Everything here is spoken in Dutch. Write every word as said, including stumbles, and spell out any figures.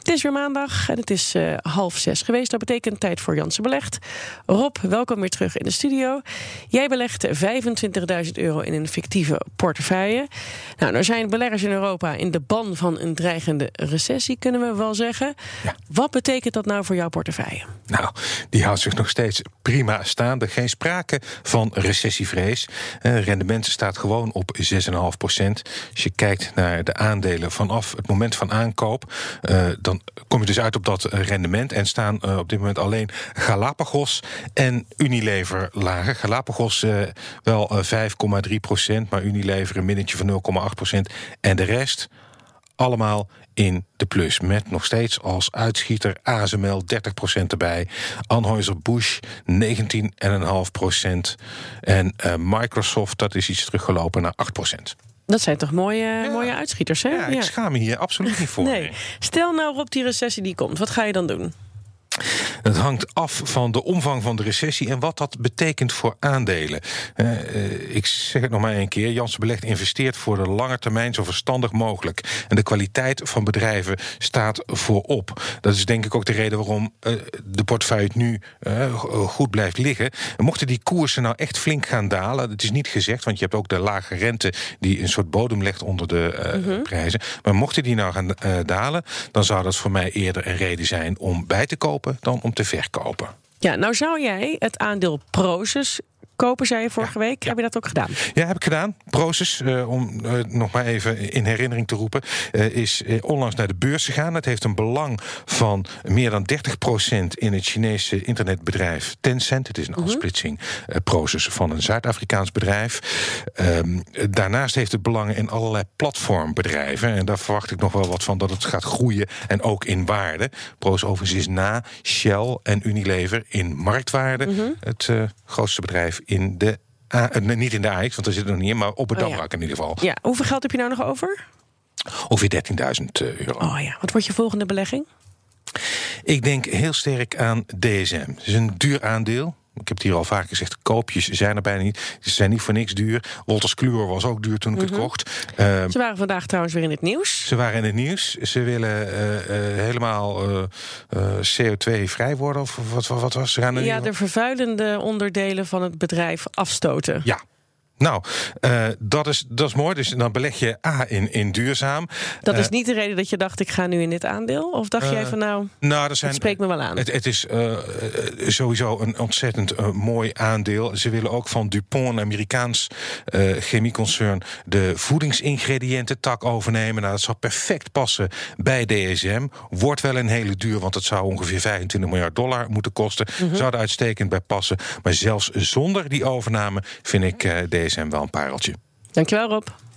Het is weer maandag en het is uh, half zes geweest. Dat betekent tijd voor Jansen Belegt. Rob, welkom weer terug in de studio. Jij belegt vijfentwintigduizend euro in een fictieve portefeuille. Nou, er zijn beleggers in Europa in de ban van een dreigende recessie, kunnen we wel zeggen. Ja. Wat betekent dat nou voor jouw portefeuille? Nou, die houdt zich nog steeds prima staande. Geen sprake van recessievrees. Het rendement staat gewoon op zes komma vijf procent. Als je kijkt naar de aandelen vanaf het moment van aankoop, Uh, dan kom je dus uit op dat rendement. En staan uh, op dit moment alleen Galapagos en Unilever lager. Galapagos uh, wel uh, vijf komma drie procent, maar Unilever een minnetje van nul komma acht procent. En de rest allemaal in de plus. Met nog steeds als uitschieter A S M L dertig procent erbij. Anheuser-Busch negentien komma vijf procent. En uh, Microsoft, dat is iets teruggelopen naar acht procent. Dat zijn toch mooie, ja. mooie uitschieters, hè? Ja, ik ja. schaam me hier absoluut niet voor. Nee. nee. Stel nou op die recessie die komt. Wat ga je dan doen? Het hangt af van de omvang van de recessie en wat dat betekent voor aandelen. Uh, ik zeg het nog maar één keer. Jansen Belegt investeert voor de lange termijn zo verstandig mogelijk. En de kwaliteit van bedrijven staat voorop. Dat is denk ik ook de reden waarom uh, de portefeuille nu uh, goed blijft liggen. En mochten die koersen nou echt flink gaan dalen, het is niet gezegd, want je hebt ook de lage rente die een soort bodem legt onder de uh, mm-hmm. prijzen. Maar mochten die nou gaan uh, dalen, dan zou dat voor mij eerder een reden zijn om bij te kopen dan om te verkopen. Ja, nou zou jij het aandeel Prosus kopen, zei je vorige ja, week. Ja. Heb je dat ook gedaan? Ja, heb ik gedaan. Prosus, uh, om uh, nog maar even in herinnering te roepen, uh, is uh, onlangs naar de beurs gegaan. Het heeft een belang van meer dan dertig procent in het Chinese internetbedrijf Tencent. Het is een mm-hmm. afsplitsing uh, Prosus van een Zuid-Afrikaans bedrijf. Um, daarnaast heeft het belangen in allerlei platformbedrijven. En daar verwacht ik nog wel wat van, dat het gaat groeien en ook in waarde. Prosus overigens is na Shell en Unilever in marktwaarde mm-hmm. het uh, grootste bedrijf in de, uh, niet in de A X, want daar zit het nog niet in, maar op het Damrak oh, ja. in ieder geval. Ja, hoeveel geld heb je nou nog over? Ongeveer dertienduizend euro. Oh ja, wat wordt je volgende belegging? Ik denk heel sterk aan D S M. Het is een duur aandeel. Ik heb het hier al vaak gezegd, koopjes zijn er bijna niet. Ze zijn niet voor niks duur. Wolters Kluwer was ook duur toen ik mm-hmm. het kocht. Uh, ze waren vandaag trouwens weer in het nieuws. Ze waren in het nieuws. Ze willen uh, uh, helemaal uh, uh, C O twee vrij worden. Of wat, wat, wat was er? Ja, de vervuilende onderdelen van het bedrijf afstoten. Ja. Nou, uh, dat, is, dat is mooi. Dus dan beleg je A in, in duurzaam. Dat uh, is niet de reden dat je dacht, ik ga nu in dit aandeel? Of dacht uh, jij van nou, nou zijn, het spreekt me wel aan? Het, het is uh, sowieso een ontzettend uh, mooi aandeel. Ze willen ook van DuPont, een Amerikaans uh, chemieconcern, de voedingsingrediëntentak overnemen. Nou, dat zou perfect passen bij D S M. Wordt wel een hele duur, want het zou ongeveer vijfentwintig miljard dollar moeten kosten. Mm-hmm. Zou er uitstekend bij passen. Maar zelfs zonder die overname vind ik uh, D S M wel een pareltje. Dankjewel, Rob.